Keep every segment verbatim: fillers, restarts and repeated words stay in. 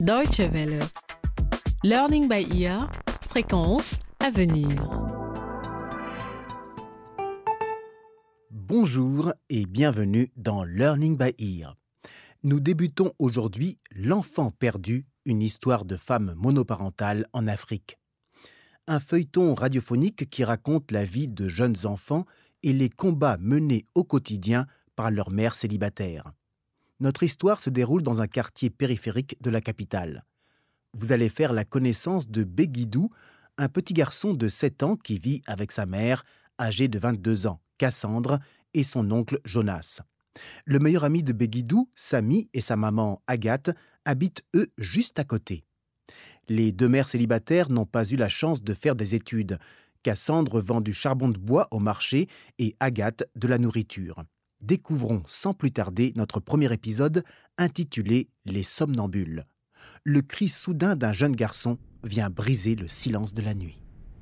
Deutsche Welle. Learning by ear, fréquence à venir. Bonjour et bienvenue dans Learning by ear. Nous débutons aujourd'hui L'enfant perdu, une histoire de femme monoparentale en Afrique. Un feuilleton radiophonique qui raconte la vie de jeunes enfants et les combats menés au quotidien par leur mère célibataire. Notre histoire se déroule dans un quartier périphérique de la capitale. Vous allez faire la connaissance de Begidou, un petit garçon de sept ans qui vit avec sa mère, âgée de vingt-deux ans, Cassandre, et son oncle Jonas. Le meilleur ami de Begidou, Samy, et sa maman Agathe habitent eux juste à côté. Les deux mères célibataires n'ont pas eu la chance de faire des études. Cassandre vend du charbon de bois au marché et Agathe de la nourriture. Découvrons sans plus tarder notre premier épisode intitulé « Les somnambules ». Le cri soudain d'un jeune garçon vient briser le silence de la nuit.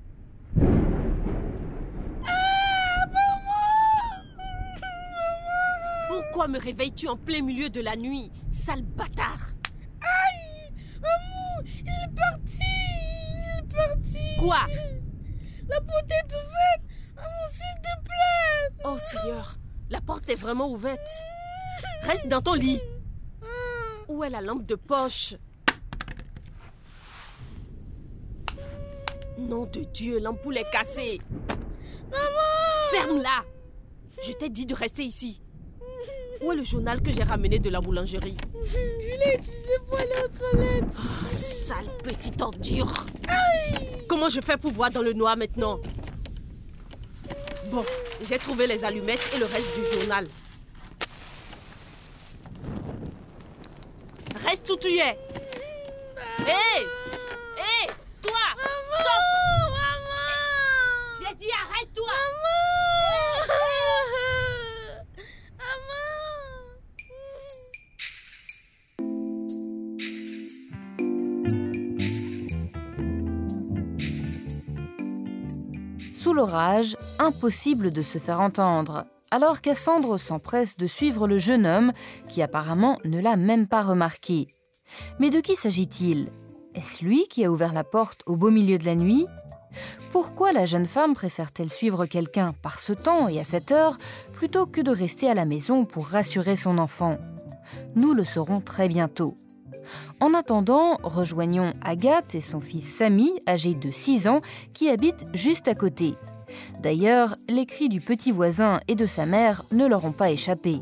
Ah, maman! Pourquoi me réveilles-tu en plein milieu de la nuit, sale bâtard? Aïe! Maman, il est parti! Il est parti! Quoi? La porte est ouverte! Maman, s'il te plaît! Oh Seigneur, la porte est vraiment ouverte. Reste dans ton lit. Où est la lampe de poche? Nom de Dieu, l'ampoule est cassée. Maman! Ferme-la! Je t'ai dit de rester ici. Où est le journal que j'ai ramené de la boulangerie? Je l'ai utilisé pour aller aux toilettes. Oh, sale petite ordure. Aïe! Comment je fais pour voir dans le noir maintenant? Bon, j'ai trouvé les allumettes et le reste du journal. Reste où tu es. Hé! Hé! Hey! Toi! Maman! Stop! Maman! J'ai dit arrête-toi! Maman! Sous l'orage, impossible de se faire entendre. Alors Cassandre s'empresse de suivre le jeune homme qui apparemment ne l'a même pas remarqué. Mais de qui s'agit-il? Est-ce lui qui a ouvert la porte au beau milieu de la nuit? Pourquoi la jeune femme préfère-t-elle suivre quelqu'un par ce temps et à cette heure plutôt que de rester à la maison pour rassurer son enfant? Nous le saurons très bientôt. En attendant, rejoignons Agathe et son fils Samy, âgé de six ans, qui habitent juste à côté. D'ailleurs, les cris du petit voisin et de sa mère ne leur ont pas échappé.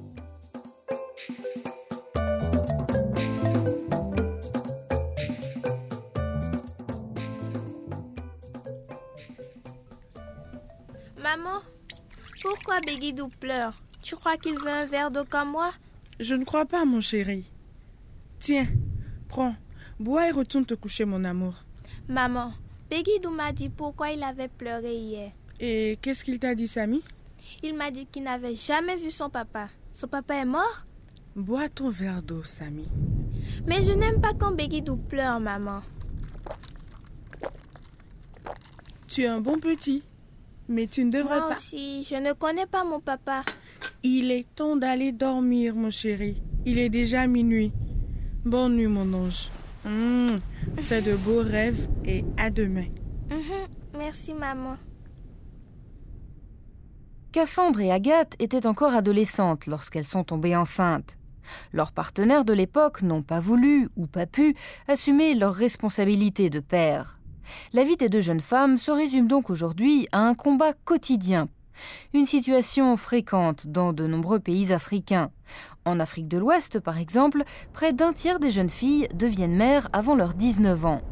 Maman, pourquoi Begidou pleure? Tu crois qu'il veut un verre d'eau comme moi? Je ne crois pas, mon chéri. Tiens, prends, bois et retourne te coucher, mon amour. Maman, Begidou m'a dit pourquoi il avait pleuré hier. Et qu'est-ce qu'il t'a dit, Samy? Il m'a dit qu'il n'avait jamais vu son papa. Son papa est mort? Bois ton verre d'eau, Samy. Mais je n'aime pas quand Begidou pleure, maman. Tu es un bon petit, mais tu ne devrais Moi pas... aussi, je ne connais pas mon papa. Il est temps d'aller dormir, mon chéri. Il est déjà minuit. Bonne nuit, mon ange. Mmh, fais de beaux rêves et à demain. Mmh, merci, maman. Cassandre et Agathe étaient encore adolescentes lorsqu'elles sont tombées enceintes. Leurs partenaires de l'époque n'ont pas voulu ou pas pu assumer leurs responsabilités de père. La vie des deux jeunes femmes se résume donc aujourd'hui à un combat quotidien. Une situation fréquente dans de nombreux pays africains. En Afrique de l'Ouest, par exemple, près d'un tiers des jeunes filles deviennent mères avant leurs dix-neuf ans.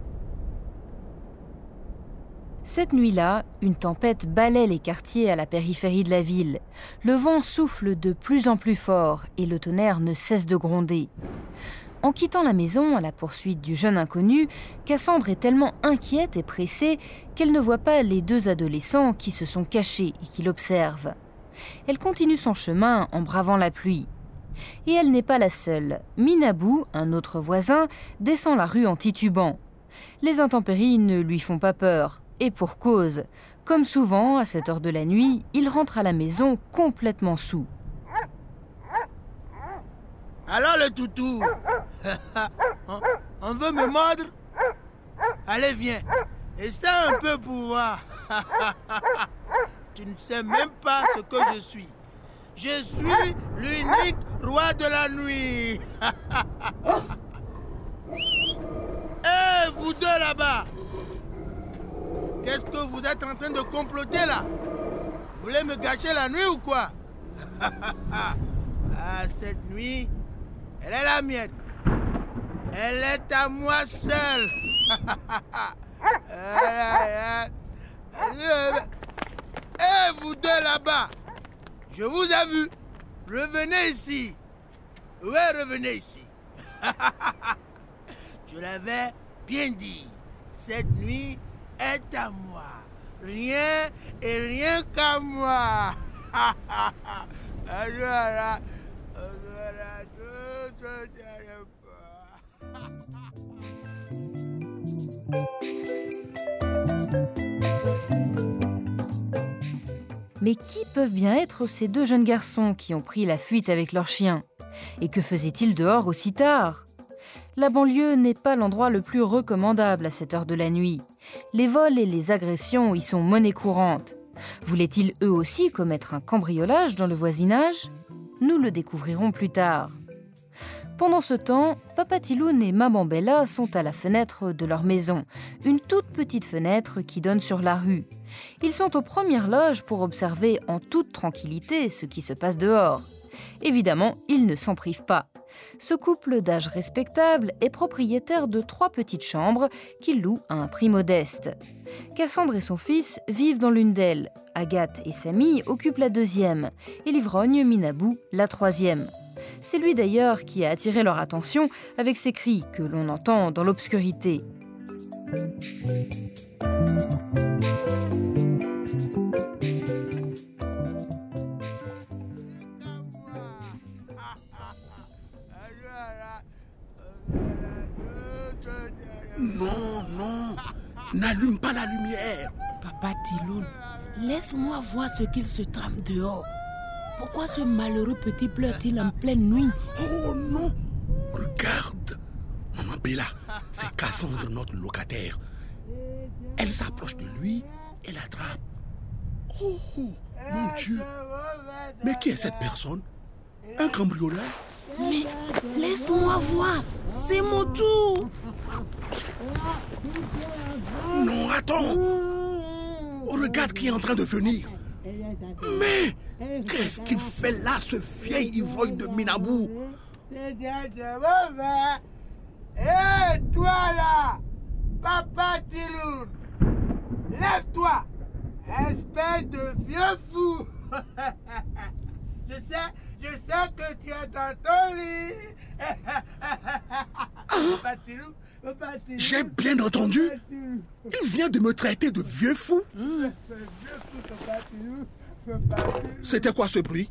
Cette nuit-là, une tempête balaie les quartiers à la périphérie de la ville. Le vent souffle de plus en plus fort et le tonnerre ne cesse de gronder. En quittant la maison à la poursuite du jeune inconnu, Cassandre est tellement inquiète et pressée qu'elle ne voit pas les deux adolescents qui se sont cachés et qui l'observent. Elle continue son chemin en bravant la pluie. Et elle n'est pas la seule. Minabou, un autre voisin, descend la rue en titubant. Les intempéries ne lui font pas peur. Et pour cause. Comme souvent, à cette heure de la nuit, il rentre à la maison complètement saoul. Alors le toutou, on, on veut me mordre? Allez, viens. Essaie un peu pour voir. Tu ne sais même pas ce que je suis. Je suis l'unique roi de la nuit. Hé, vous deux là-bas! Qu'est-ce que vous êtes en train de comploter là? Vous voulez me gâcher la nuit ou quoi? Ah, cette nuit, elle est la mienne. Elle est à moi seule. Hé, vous deux là-bas! Je vous ai vu. Revenez ici. Ouais, revenez ici. Je l'avais bien dit. Cette nuit est à moi. Rien et rien qu'à moi. Mais qui peuvent bien être ces deux jeunes garçons qui ont pris la fuite avec leurs chiens? Et que faisaient-ils dehors aussi tard? La banlieue n'est pas l'endroit le plus recommandable à cette heure de la nuit. Les vols et les agressions y sont monnaie courante. Voulaient-ils eux aussi commettre un cambriolage dans le voisinage? Nous le découvrirons plus tard. Pendant ce temps, Papa Tiloun et Maman Bella sont à la fenêtre de leur maison, une toute petite fenêtre qui donne sur la rue. Ils sont aux premières loges pour observer en toute tranquillité ce qui se passe dehors. Évidemment, ils ne s'en privent pas. Ce couple d'âge respectable est propriétaire de trois petites chambres qu'il loue à un prix modeste. Cassandre et son fils vivent dans l'une d'elles. Agathe et Samy occupent la deuxième et l'ivrogne Minabou la troisième. C'est lui d'ailleurs qui a attiré leur attention avec ses cris que l'on entend dans l'obscurité. Non, non, n'allume pas la lumière. Papa Tiloun, laisse-moi voir ce qu'il se trame dehors. Pourquoi ce malheureux petit pleure-t-il en pleine nuit? Oh non, regarde. Maman Bella, c'est Cassandre, notre locataire. Elle s'approche de lui et l'attrape. Oh, mon Dieu. Mais qui est cette personne? Un cambrioleur? Mais laisse-moi voir, c'est mon tour. Non, attends. Regarde qui est en train de venir. Mais qu'est-ce qu'il fait là, ce vieil ivrogne de Minabou? Hé, hey, toi là, Papa Tiloun, lève-toi, espèce de vieux fou. Je sais, je sais que tu es dans ton lit. Papa Tiloun, Papa Tiloun. J'ai bien entendu. Il vient de me traiter de vieux fou. Mmh. C'était quoi ce bruit?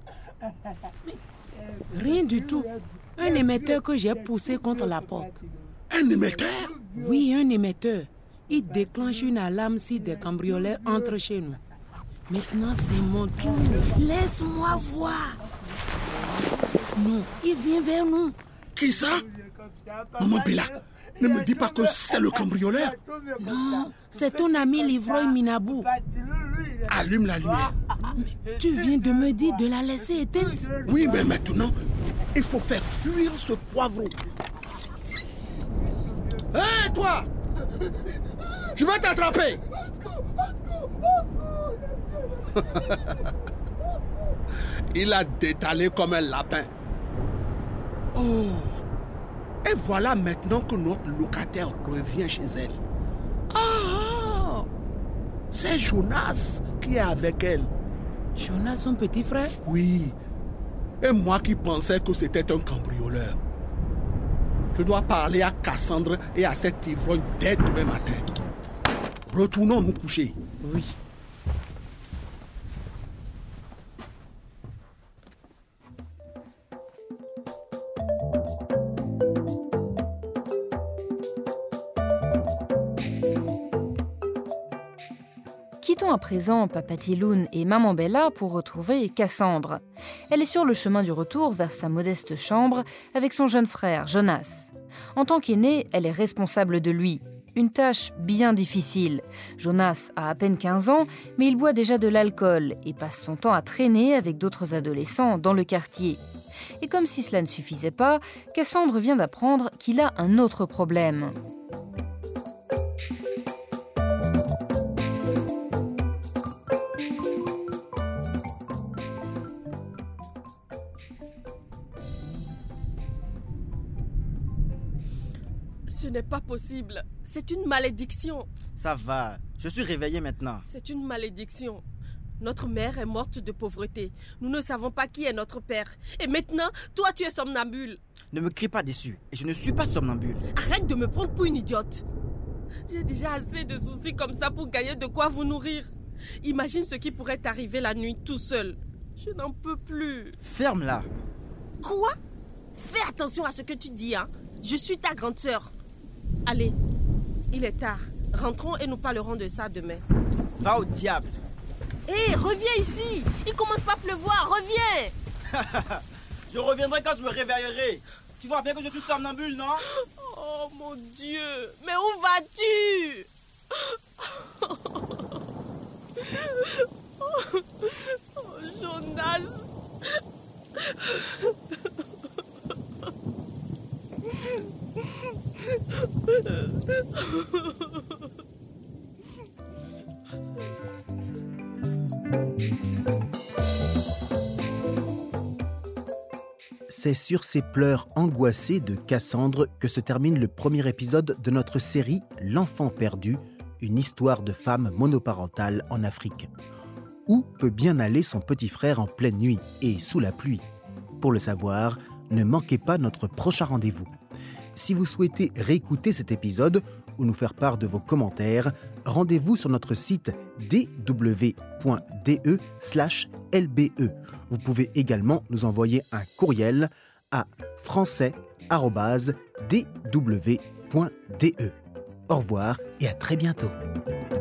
Rien du tout. Un émetteur que j'ai poussé contre la porte. Un émetteur? Oui, un émetteur. Il déclenche une alarme si des cambrioleurs entrent chez nous. Maintenant, c'est mon tour. Laisse-moi voir. Non, il vient vers nous. Qui ça? Maman Bella, ne me dis pas que c'est le cambrioleur. Non, c'est ton ami l'ivrogne Minabou. Allume la lumière. Mais tu viens de me dire de la laisser éteinte. Oui, mais maintenant, il faut faire fuir ce poivreau. Hé, hey, toi! Je vais t'attraper! Il a détalé comme un lapin. Oh! Et voilà maintenant que notre locataire revient chez elle. Ah! C'est Jonas qui est avec elle. Jonas, son petit frère? Oui. Et moi qui pensais que c'était un cambrioleur. Je dois parler à Cassandre et à cet ivrogne dès demain matin. Retournons nous coucher. Oui. Quittons à présent Papa Tiloun et Maman Bella pour retrouver Cassandre. Elle est sur le chemin du retour vers sa modeste chambre avec son jeune frère, Jonas. En tant qu'aînée, elle est responsable de lui. Une tâche bien difficile. Jonas a à peine quinze ans, mais il boit déjà de l'alcool et passe son temps à traîner avec d'autres adolescents dans le quartier. Et comme si cela ne suffisait pas, Cassandre vient d'apprendre qu'il a un autre problème. Ce n'est pas possible. C'est une malédiction. Ça va, je suis réveillé maintenant. C'est une malédiction. Notre mère est morte de pauvreté. Nous ne savons pas qui est notre père. Et maintenant, toi, tu es somnambule. Ne me crie pas dessus. Et je ne suis pas somnambule. Arrête de me prendre pour une idiote. J'ai déjà assez de soucis comme ça pour gagner de quoi vous nourrir. Imagine ce qui pourrait t'arriver la nuit tout seul. Je n'en peux plus. Ferme-la. Quoi? Fais attention à ce que tu dis, hein. Je suis ta grande sœur. Allez, il est tard. Rentrons et nous parlerons de ça demain. Va au diable. Hé, hey, reviens ici. Il commence pas à pleuvoir, reviens. Je reviendrai quand je me réveillerai. Tu vois bien que je suis somnambule, non? Oh mon Dieu, mais où vas-tu? Oh, Jonas. C'est sur ces pleurs angoissés de Cassandre que se termine le premier épisode de notre série L'enfant perdu, une histoire de femme monoparentale en Afrique. Où peut bien aller son petit frère en pleine nuit et sous la pluie? Pour le savoir, ne manquez pas notre prochain rendez-vous. Si vous souhaitez réécouter cet épisode ou nous faire part de vos commentaires, rendez-vous sur notre site d w point d e slash l b e. Vous pouvez également nous envoyer un courriel à français arobase d w point d e. Au revoir et à très bientôt.